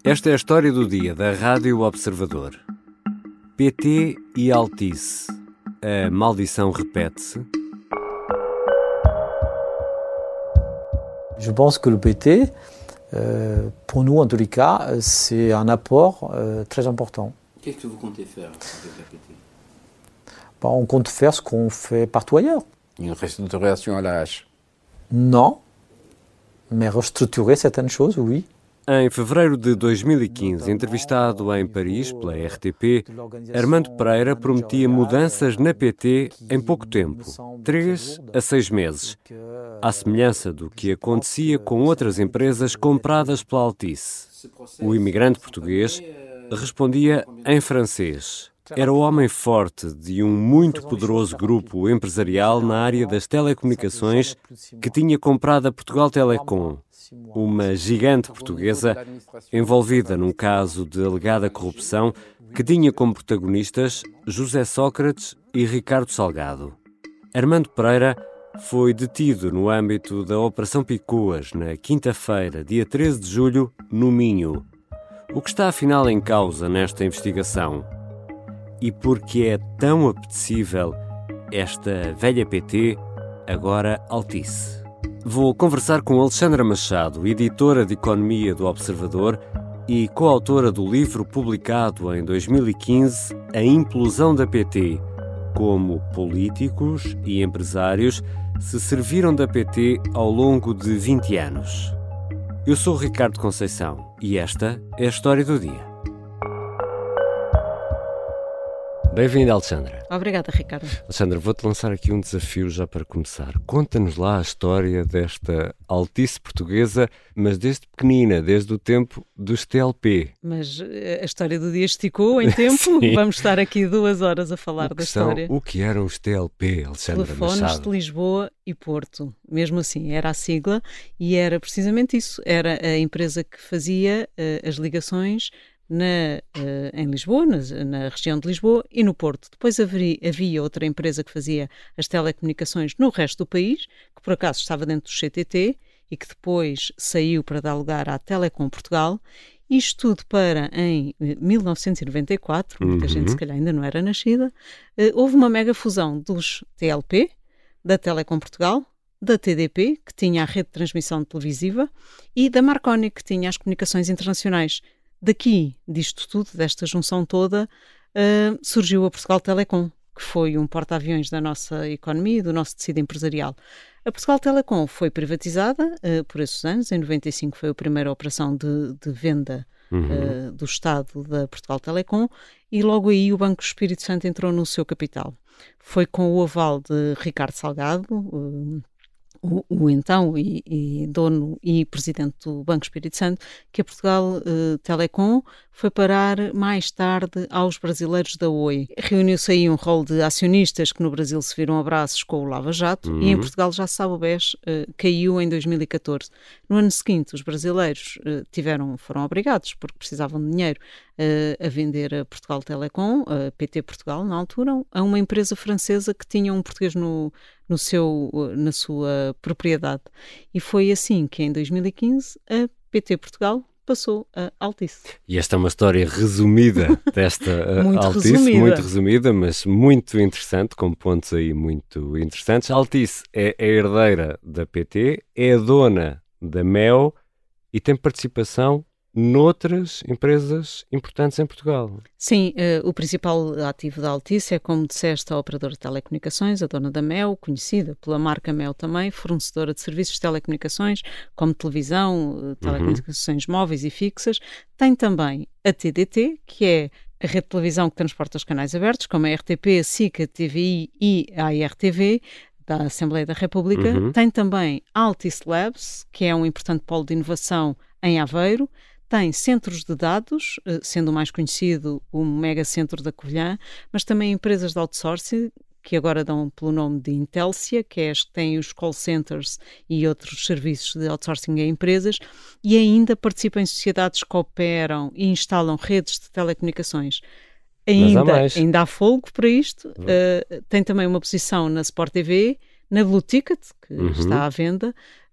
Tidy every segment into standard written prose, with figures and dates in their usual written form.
Esta é a história do dia da Rádio Observador. PT e Altice. A maldição repete-se? Je pense que le PT, pour nous en tous les cas, c'est un apport très important. Qu'est-ce que vous comptez faire avec la PT? On compte faire ce qu'on fait partout ailleurs. Une restructuration à la hache? Non, mais restructurer certaines choses, oui. Em fevereiro de 2015, entrevistado em Paris pela RTP, Armando Pereira prometia mudanças na PT em pouco tempo, 3 a 6 meses, à semelhança do que acontecia com outras empresas compradas pela Altice. O imigrante português respondia em francês. Era o homem forte de um muito poderoso grupo empresarial na área das telecomunicações que tinha comprado a Portugal Telecom, uma gigante portuguesa envolvida num caso de alegada corrupção que tinha como protagonistas José Sócrates e Ricardo Salgado. Armando Pereira foi detido no âmbito da Operação Picuas, na quinta-feira, dia 13 de julho, no Minho. O que está afinal em causa nesta investigação? E por que é tão apetecível esta velha PT, agora Altice? Vou conversar com Alexandra Machado, editora de Economia do Observador e coautora do livro publicado em 2015, A Implosão da PT, como políticos e empresários se serviram da PT ao longo de 20 anos. Eu sou Ricardo Conceição e esta é a história do dia. Bem-vinda, Alexandra. Obrigada, Ricardo. Alexandra, vou-te lançar aqui um desafio já para começar. Conta-nos lá a história desta Altice portuguesa, mas desde pequenina, desde o tempo dos TLP. Mas a história do dia esticou em tempo. Vamos estar aqui 2 horas a falar da história. O que eram os TLP, Alexandra Telefones Machado? de Lisboa e Porto. Mesmo assim, era a sigla e era precisamente isso. Era a empresa que fazia as ligações em Lisboa, na região de Lisboa e no Porto. Depois havia outra empresa que fazia as telecomunicações no resto do país, que por acaso estava dentro do CTT e que depois saiu para dar lugar à Telecom Portugal. Isto tudo para, em 1994, muita gente se calhar ainda não era nascida, houve uma mega fusão dos TLP, da Telecom Portugal, da TDP, que tinha a rede de transmissão televisiva, e da Marconi, que tinha as comunicações internacionais. Daqui, disto tudo, desta junção toda, surgiu a Portugal Telecom, que foi um porta-aviões da nossa economia e do nosso tecido empresarial. A Portugal Telecom foi privatizada por esses anos. Em 95 foi a primeira operação de venda do Estado da Portugal Telecom e logo aí o Banco Espírito Santo entrou no seu capital. Foi com o aval de Ricardo Salgado, o então e dono e presidente do Banco Espírito Santo, que a Portugal Telecom foi parar mais tarde aos brasileiros da Oi. Reuniu-se aí um rol de acionistas que no Brasil se viram abraços com o Lava Jato e em Portugal já se sabe o BES caiu em 2014. No ano seguinte os brasileiros foram obrigados, porque precisavam de dinheiro, a vender a Portugal Telecom, a PT Portugal na altura, a uma empresa francesa que tinha um português na sua propriedade. E foi assim que em 2015 a PT Portugal passou a Altice. E esta é uma história resumida desta muito Altice, resumida. muito resumida, mas muito interessante, com pontos aí muito interessantes. A Altice é a herdeira da PT, é a dona da Mel e tem participação noutras empresas importantes em Portugal. Sim, o principal ativo da Altice é, como disseste, a operadora de telecomunicações, a dona da Mel, conhecida pela marca Mel também, fornecedora de serviços de telecomunicações, como televisão, telecomunicações móveis e fixas. Tem também a TDT, que é a rede de televisão que transporta os canais abertos, como a RTP, a SIC, a TVI e a ARTV, da Assembleia da República. Tem também a Altice Labs, que é um importante polo de inovação em Aveiro. Tem centros de dados, sendo o mais conhecido o Mega Centro da Covilhã, mas também empresas de outsourcing, que agora dão pelo nome de Intelsia, que é as que têm os call centers e outros serviços de outsourcing a empresas, e ainda participa em sociedades que operam e instalam redes de telecomunicações. Ainda há folgo para isto. Tem também uma posição na Sport TV, na Blue Ticket, que está à venda,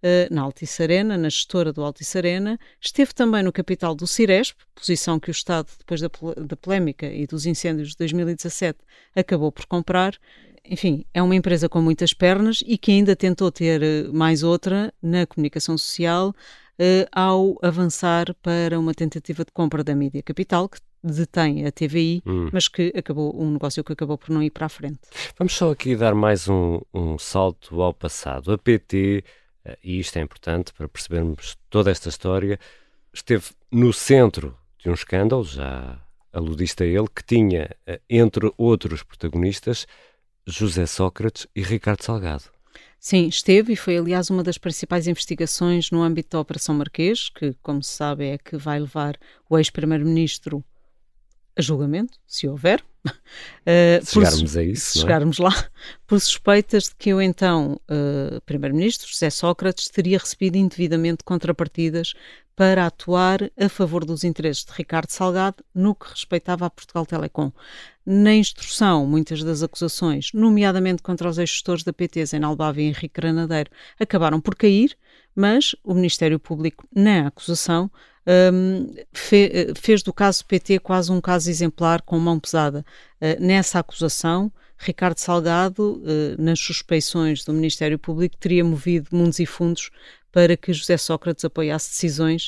na Altice Arena, na gestora do Altice Arena, esteve também no capital do Ciresp, posição que o Estado, depois da polémica e dos incêndios de 2017, acabou por comprar. Enfim, é uma empresa com muitas pernas e que ainda tentou ter mais outra na comunicação social ao avançar para uma tentativa de compra da Mídia Capital, que detém a TVI, mas que um negócio que acabou por não ir para a frente. Vamos só aqui dar mais um salto ao passado. A PT, e isto é importante para percebermos toda esta história, esteve no centro de um escândalo, já aludiste a ele, que tinha, entre outros protagonistas, José Sócrates e Ricardo Salgado. Sim, esteve, e foi aliás uma das principais investigações no âmbito da Operação Marquês, que, como se sabe, é que vai levar o ex-primeiro-ministro a julgamento, se houver. Se chegarmos a isso, se chegarmos lá, por suspeitas de que o então primeiro-ministro, José Sócrates, teria recebido indevidamente contrapartidas para atuar a favor dos interesses de Ricardo Salgado no que respeitava a Portugal Telecom. Na instrução, muitas das acusações, nomeadamente contra os ex-gestores da PT, Zeinal Bava e Henrique Granadeiro, acabaram por cair, mas o Ministério Público, na acusação, fez do caso PT quase um caso exemplar com mão pesada. Nessa acusação, Ricardo Salgado, nas suspeições do Ministério Público, teria movido mundos e fundos para que José Sócrates apoiasse decisões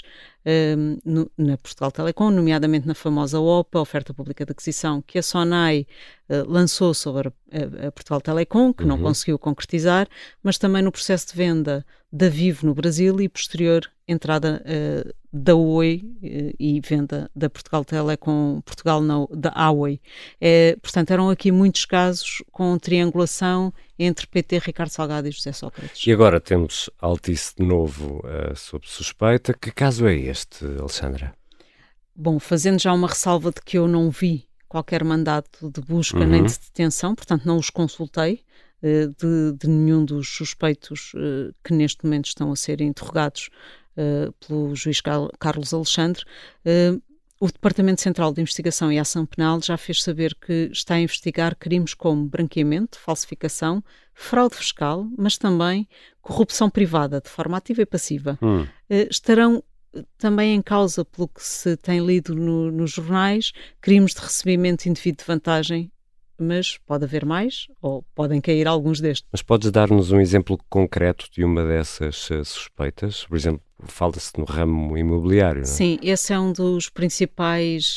na Portugal Telecom, nomeadamente na famosa OPA, Oferta Pública de Aquisição, que a SONAI lançou sobre a Portugal Telecom, que não conseguiu concretizar, mas também no processo de venda da Vivo no Brasil e posterior entrada da Oi e venda da Portugal Telecom Portugal da Huawei. Portanto, eram aqui muitos casos com triangulação entre PT, Ricardo Salgado e José Sócrates. E agora temos Altice de novo sob suspeita. Que caso é este, Alexandra? Bom, fazendo já uma ressalva de que eu não vi qualquer mandato de busca nem de detenção, portanto não os consultei de nenhum dos suspeitos que neste momento estão a ser interrogados pelo juiz Carlos Alexandre. O Departamento Central de Investigação e Ação Penal já fez saber que está a investigar crimes como branqueamento, falsificação, fraude fiscal, mas também corrupção privada, de forma ativa e passiva. Estarão também em causa, pelo que se tem lido nos jornais, crimes de recebimento indevido de vantagem, mas pode haver mais, ou podem cair alguns destes. Mas podes dar-nos um exemplo concreto de uma dessas suspeitas? Por exemplo, fala-se no ramo imobiliário, não é? Sim, esse é um dos principais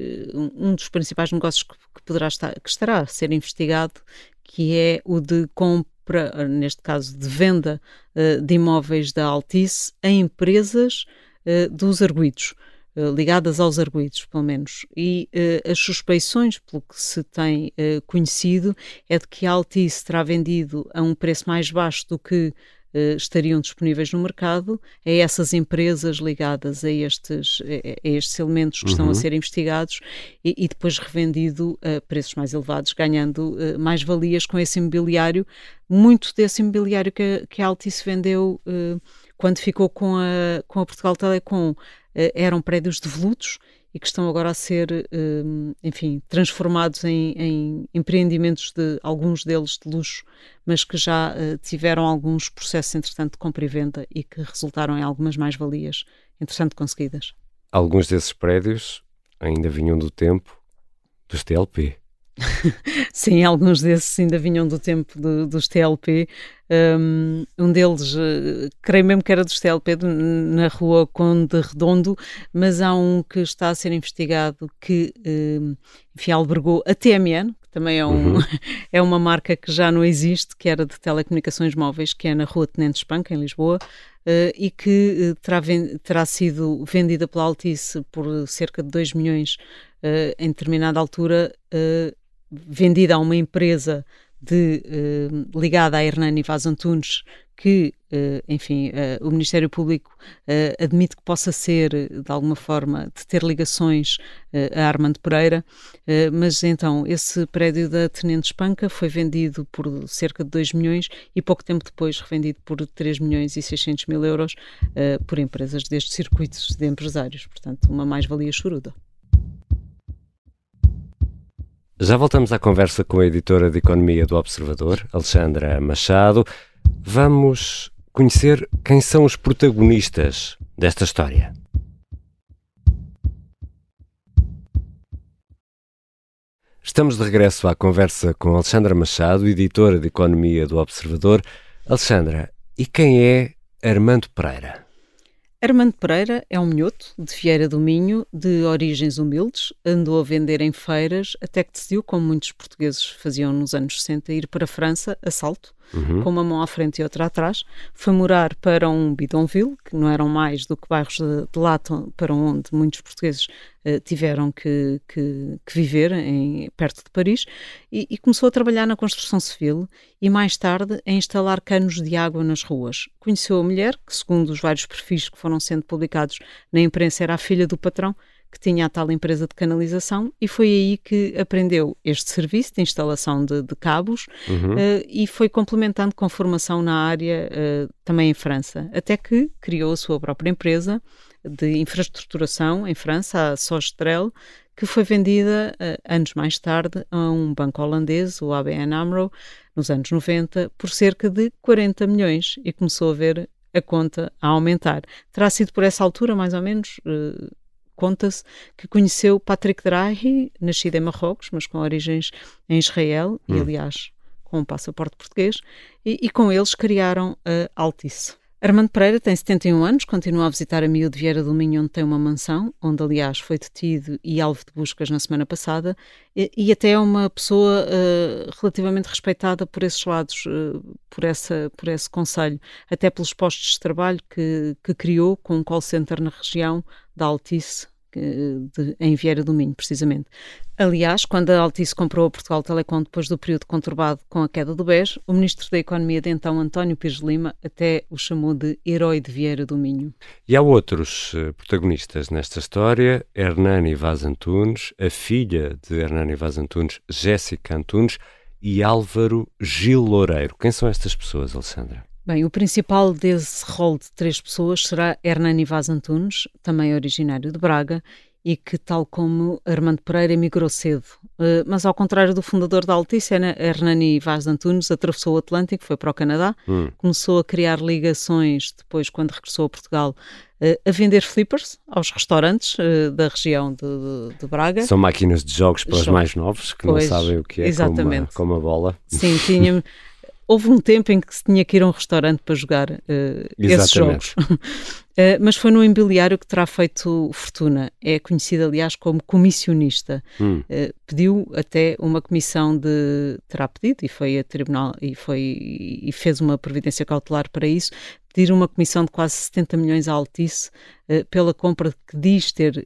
negócios que estará a ser investigado, que é o de compra, neste caso de venda de imóveis da Altice a empresas dos arguidos, ligadas aos arguidos, pelo menos. E as suspeições, pelo que se tem conhecido, é de que a Altice terá vendido a um preço mais baixo do que estariam disponíveis no mercado a essas empresas ligadas a estes elementos que estão a ser investigados e depois revendido a preços mais elevados, ganhando mais valias com esse imobiliário. Muito desse imobiliário que a Altice vendeu quando ficou com a Portugal Telecom eram prédios devolutos e que estão agora a ser, transformados em empreendimentos, de alguns deles de luxo, mas que já tiveram alguns processos, entretanto, de compra e venda e que resultaram em algumas mais-valias, entretanto, conseguidas. Alguns desses prédios ainda vinham do tempo dos TLP. Sim, alguns desses ainda vinham do tempo dos TLP. Um deles, creio mesmo que era dos TLP, na rua Conde Redondo, mas há um que está a ser investigado que, albergou a TMN, que também é uma marca que já não existe, que era de telecomunicações móveis, que é na rua Tenente Espanca, em Lisboa, e que terá sido vendida pela Altice por cerca de 2 milhões em determinada altura, vendida a uma empresa ligada à Hernani Vaz Antunes, que, o Ministério Público admite que possa ser, de alguma forma, de ter ligações a Armando Pereira, mas então esse prédio da Tenente Espanca foi vendido por cerca de 2 milhões e pouco tempo depois revendido por 3 milhões e 600 mil euros por empresas destes circuitos de empresários, portanto uma mais-valia choruda. Já voltamos à conversa com a editora de Economia do Observador, Alexandra Machado. Vamos conhecer quem são os protagonistas desta história. Estamos de regresso à conversa com Alexandra Machado, editora de Economia do Observador. Alexandra, e quem é Armando Pereira? Armando Pereira é um minhoto de Vieira do Minho, de origens humildes, andou a vender em feiras, até que decidiu, como muitos portugueses faziam nos anos 60, ir para a França a salto, com uma mão à frente e outra atrás. Foi morar para um bidonville, que não eram mais do que bairros de lata, para onde muitos portugueses tiveram que viver, perto de Paris, e começou a trabalhar na construção civil e mais tarde a instalar canos de água nas ruas. Conheceu a mulher, que segundo os vários perfis que foram sendo publicados na imprensa era a filha do patrão, que tinha a tal empresa de canalização, e foi aí que aprendeu este serviço de instalação de cabos e foi complementando com formação na área também em França, até que criou a sua própria empresa de infraestruturação em França, a Sogestrel, que foi vendida anos mais tarde a um banco holandês, o ABN AMRO, nos anos 90, por cerca de 40 milhões e começou a ver a conta a aumentar. Terá sido por essa altura, mais ou menos, conta-se que conheceu Patrick Drahi, nascido em Marrocos, mas com origens em Israel, e aliás com um passaporte português, e com eles criaram a Altice. Armando Pereira tem 71 anos, continua a visitar a miúde de Vieira do Minho, onde tem uma mansão, onde aliás foi detido e alvo de buscas na semana passada, e até é uma pessoa relativamente respeitada por esses lados, por esse conselho, até pelos postos de trabalho que criou com um call center na região da Altice, em Vieira do Minho, precisamente. Aliás, quando a Altice comprou a Portugal Telecom depois do período conturbado com a queda do BES, o Ministro da Economia de então, António Pires de Lima, até o chamou de herói de Vieira do Minho. E há outros protagonistas nesta história: Hernani Vaz Antunes, a filha de Hernani Vaz Antunes, Jéssica Antunes, e Álvaro Gil Loureiro. Quem são estas pessoas, Alexandra? Bem, o principal desse rol de 3 pessoas será Hernani Vaz Antunes, também originário de Braga, e que, tal como Armando Pereira, emigrou cedo. Mas, ao contrário do fundador da Altice, Hernani Vaz Antunes atravessou o Atlântico, foi para o Canadá, começou a criar ligações, depois, quando regressou a Portugal, a vender flippers aos restaurantes da região de Braga. São máquinas de jogos para os mais novos, que não sabem o que é, como a bola. Sim, houve um tempo em que se tinha que ir a um restaurante para jogar esses jogos. Mas foi no imobiliário que terá feito fortuna. É conhecido, aliás, como comissionista. Pediu até uma comissão terá pedido, e foi a tribunal, e fez uma providência cautelar para isso, pedir uma comissão de quase 70 milhões à Altice pela compra que diz ter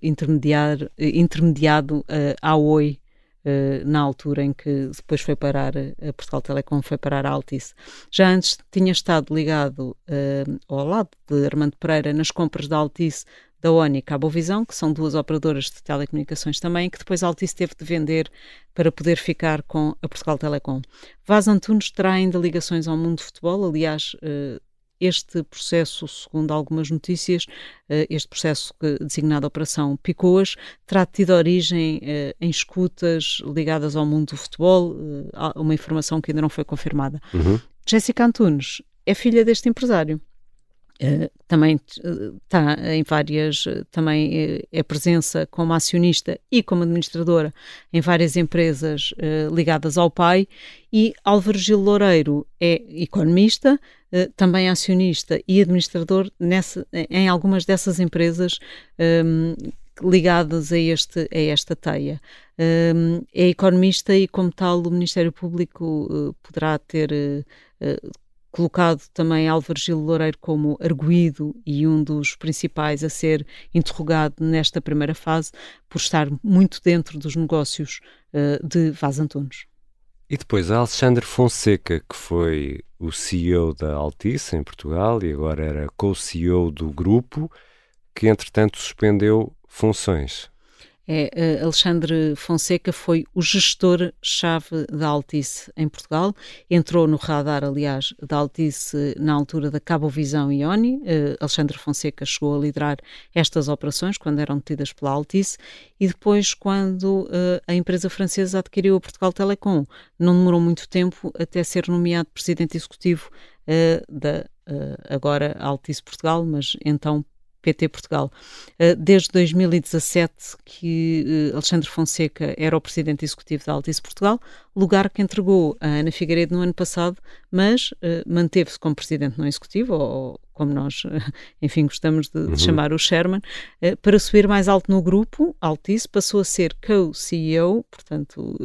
intermediado à Oi, na altura em que depois foi parar a Portugal Telecom, foi parar a Altice. Já antes tinha estado ligado ao lado de Armando Pereira nas compras da Altice, da ONI e Cabovisão, que são 2 operadoras de telecomunicações também, que depois a Altice teve de vender para poder ficar com a Portugal Telecom. Vaz Antunes terá ainda ligações ao mundo do futebol, aliás, este processo, segundo algumas notícias, este processo designado Operação Picoas, terá tido origem em escutas ligadas ao mundo do futebol, uma informação que ainda não foi confirmada. Jéssica Antunes é filha deste empresário. Também está em várias, também é presença como acionista e como administradora em várias empresas ligadas ao pai, e Álvaro Gil Loureiro é economista, também acionista e administrador em algumas dessas empresas ligadas a esta teia. É economista e, como tal, o Ministério Público poderá ter colocado também Álvaro Gil Loureiro como arguido e um dos principais a ser interrogado nesta primeira fase, por estar muito dentro dos negócios de Vaz Antunes. E depois a Alexandre Fonseca, que foi o CEO da Altice em Portugal e agora era co-CEO do grupo, que entretanto suspendeu funções. Alexandre Fonseca foi o gestor-chave da Altice em Portugal, entrou no radar, aliás, da Altice na altura da Cabovisão e ONI. Alexandre Fonseca chegou a liderar estas operações quando eram detidas pela Altice, e depois, quando a empresa francesa adquiriu a Portugal Telecom, não demorou muito tempo até ser nomeado presidente executivo da agora Altice Portugal, mas então PT Portugal. Desde 2017 que Alexandre Fonseca era o presidente executivo da Altice Portugal, lugar que entregou a Ana Figueiredo no ano passado, mas manteve-se como presidente não executivo, ou como nós, enfim, gostamos de chamar o chairman, para subir mais alto no grupo. Altice passou a ser co-CEO, portanto,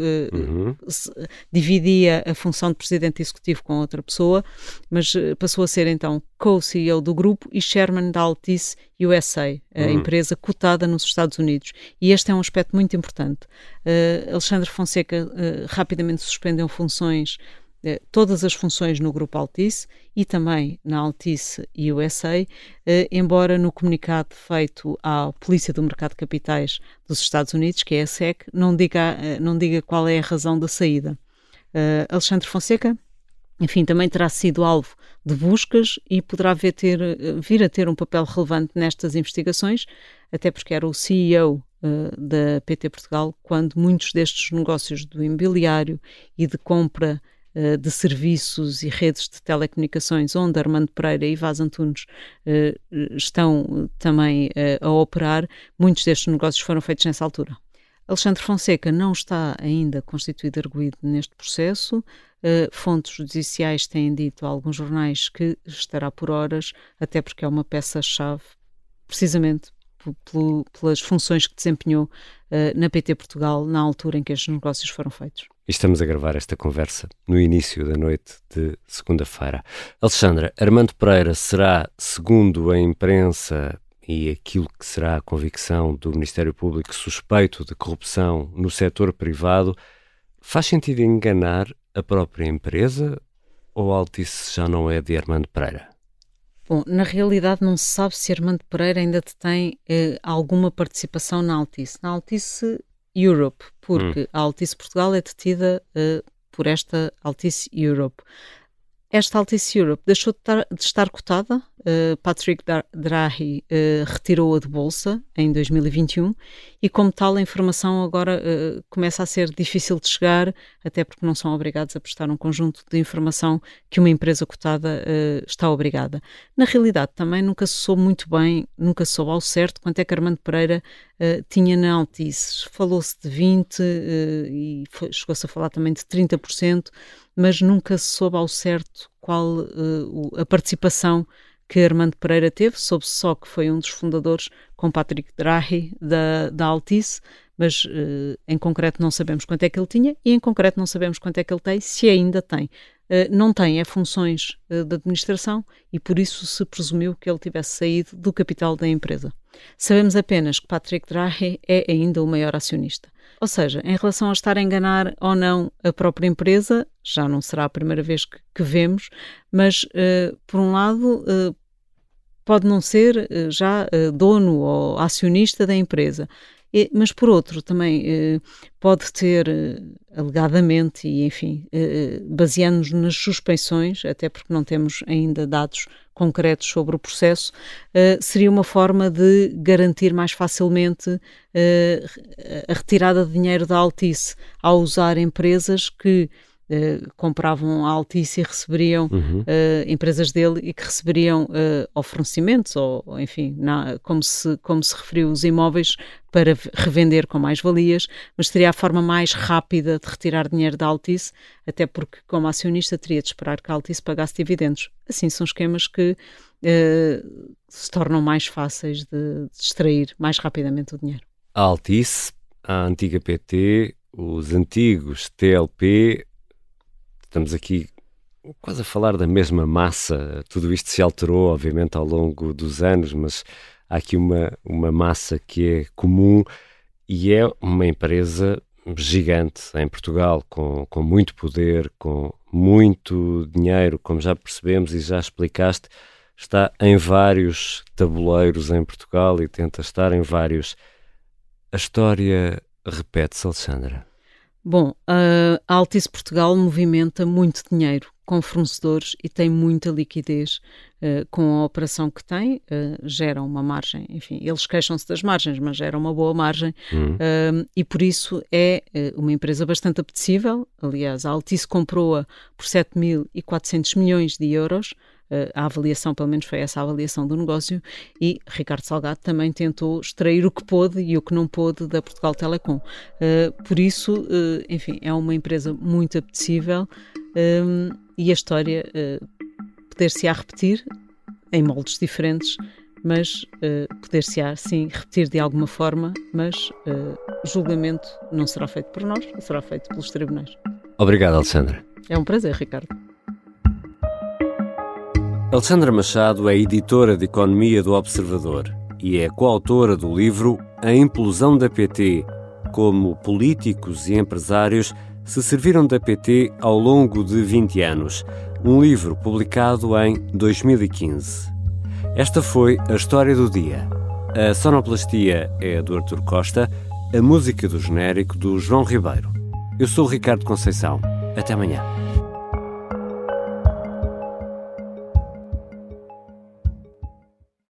dividia a função de presidente executivo com outra pessoa, mas passou a ser então co-CEO do grupo e chairman da Altice USA, a empresa cotada nos Estados Unidos. E este é um aspecto muito importante. Alexandre Fonseca rapidamente suspendeu funções, todas as funções no grupo Altice e também na Altice USA, embora no comunicado feito à Polícia do Mercado de Capitais dos Estados Unidos, que é a SEC, não diga qual é a razão da saída. Alexandre Fonseca, enfim, também terá sido alvo de buscas e poderá vir a ter um papel relevante nestas investigações, até porque era o CEO da PT Portugal quando muitos destes negócios do imobiliário e de compra de serviços e redes de telecomunicações, onde Armando Pereira e Vaz Antunes estão também a operar, muitos destes negócios foram feitos nessa altura. Alexandre Fonseca não está ainda constituído arguido neste processo. Fontes judiciais têm dito a alguns jornais que estará por horas, até porque é uma peça-chave, precisamente pelas funções que desempenhou na PT Portugal na altura em que estes negócios foram feitos. E estamos a gravar esta conversa no início da noite de segunda-feira. Alexandra, Armando Pereira será, segundo a imprensa e aquilo que será a convicção do Ministério Público, suspeito de corrupção no setor privado. Faz sentido enganar a própria empresa ou a Altice já não é de Armando Pereira? Bom, na realidade não se sabe se Armando Pereira ainda tem alguma participação na Altice. Na Altice Europe, porque a Altice Portugal é detida por esta Altice Europe. Esta Altice Europe deixou de estar cotada. Patrick Drahi retirou-a de bolsa em 2021 e, como tal, a informação agora começa a ser difícil de chegar, até porque não são obrigados a prestar um conjunto de informação que uma empresa cotada está obrigada. Na realidade, também nunca se soube muito bem, nunca se soube ao certo quanto é que Armando Pereira tinha na Altice. Falou-se de 20% e chegou-se a falar também de 30%, mas nunca se soube ao certo qual a participação que Armando Pereira teve. Soube-se só que foi um dos fundadores, com Patrick Drahi, da Altice, mas em concreto não sabemos quanto é que ele tinha e em concreto não sabemos quanto é que ele tem, se ainda tem. Não tem funções de administração e por isso se presumiu que ele tivesse saído do capital da empresa. Sabemos apenas que Patrick Drahi é ainda o maior acionista. Ou seja, em relação a estar a enganar ou não a própria empresa, já não será a primeira vez que vemos, mas por um lado pode não ser já dono ou acionista da empresa, mas por outro também pode ter alegadamente, e enfim, baseando-nos nas suspeições, até porque não temos ainda dados concretos sobre o processo, seria uma forma de garantir mais facilmente a retirada de dinheiro da Altice ao usar empresas que compravam a Altice e receberiam empresas dele e que receberiam ou fornecimentos ou enfim, como se referiu, os imóveis para revender com mais-valias, mas seria a forma mais rápida de retirar dinheiro da Altice, até porque como acionista teria de esperar que a Altice pagasse dividendos. Assim são esquemas que se tornam mais fáceis de extrair mais rapidamente o dinheiro. A Altice, a antiga PT, os antigos TLP, estamos aqui quase a falar da mesma massa. Tudo isto se alterou, obviamente, ao longo dos anos, mas há aqui uma massa que é comum e é uma empresa gigante em Portugal, com muito poder, com muito dinheiro, como já percebemos e já explicaste, está em vários tabuleiros em Portugal e tenta estar em vários. A história repete-se, Alexandra? Bom, a Altice Portugal movimenta muito dinheiro, com fornecedores e tem muita liquidez com a operação que tem, gera uma margem, enfim, eles queixam-se das margens, mas gera uma boa margem e por isso é uma empresa bastante apetecível. Aliás, a Altice comprou-a por 7.400 milhões de euros. A avaliação, pelo menos foi essa a avaliação do negócio, e Ricardo Salgado também tentou extrair o que pôde e o que não pôde da Portugal Telecom. Por isso, enfim, é uma empresa muito apetecível e a história poder-se-á repetir em moldes diferentes, mas poder-se-á, sim, repetir de alguma forma, mas o julgamento não será feito por nós, será feito pelos tribunais. Obrigado, Alexandra. É um prazer, Ricardo. Alexandra Machado é editora de Economia do Observador e é coautora do livro A Implosão da PT, como políticos e empresários se serviram da PT ao longo de 20 anos, um livro publicado em 2015. Esta foi a história do dia. A sonoplastia é do Artur Costa, a música do genérico do João Ribeiro. Eu sou o Ricardo Conceição. Até amanhã.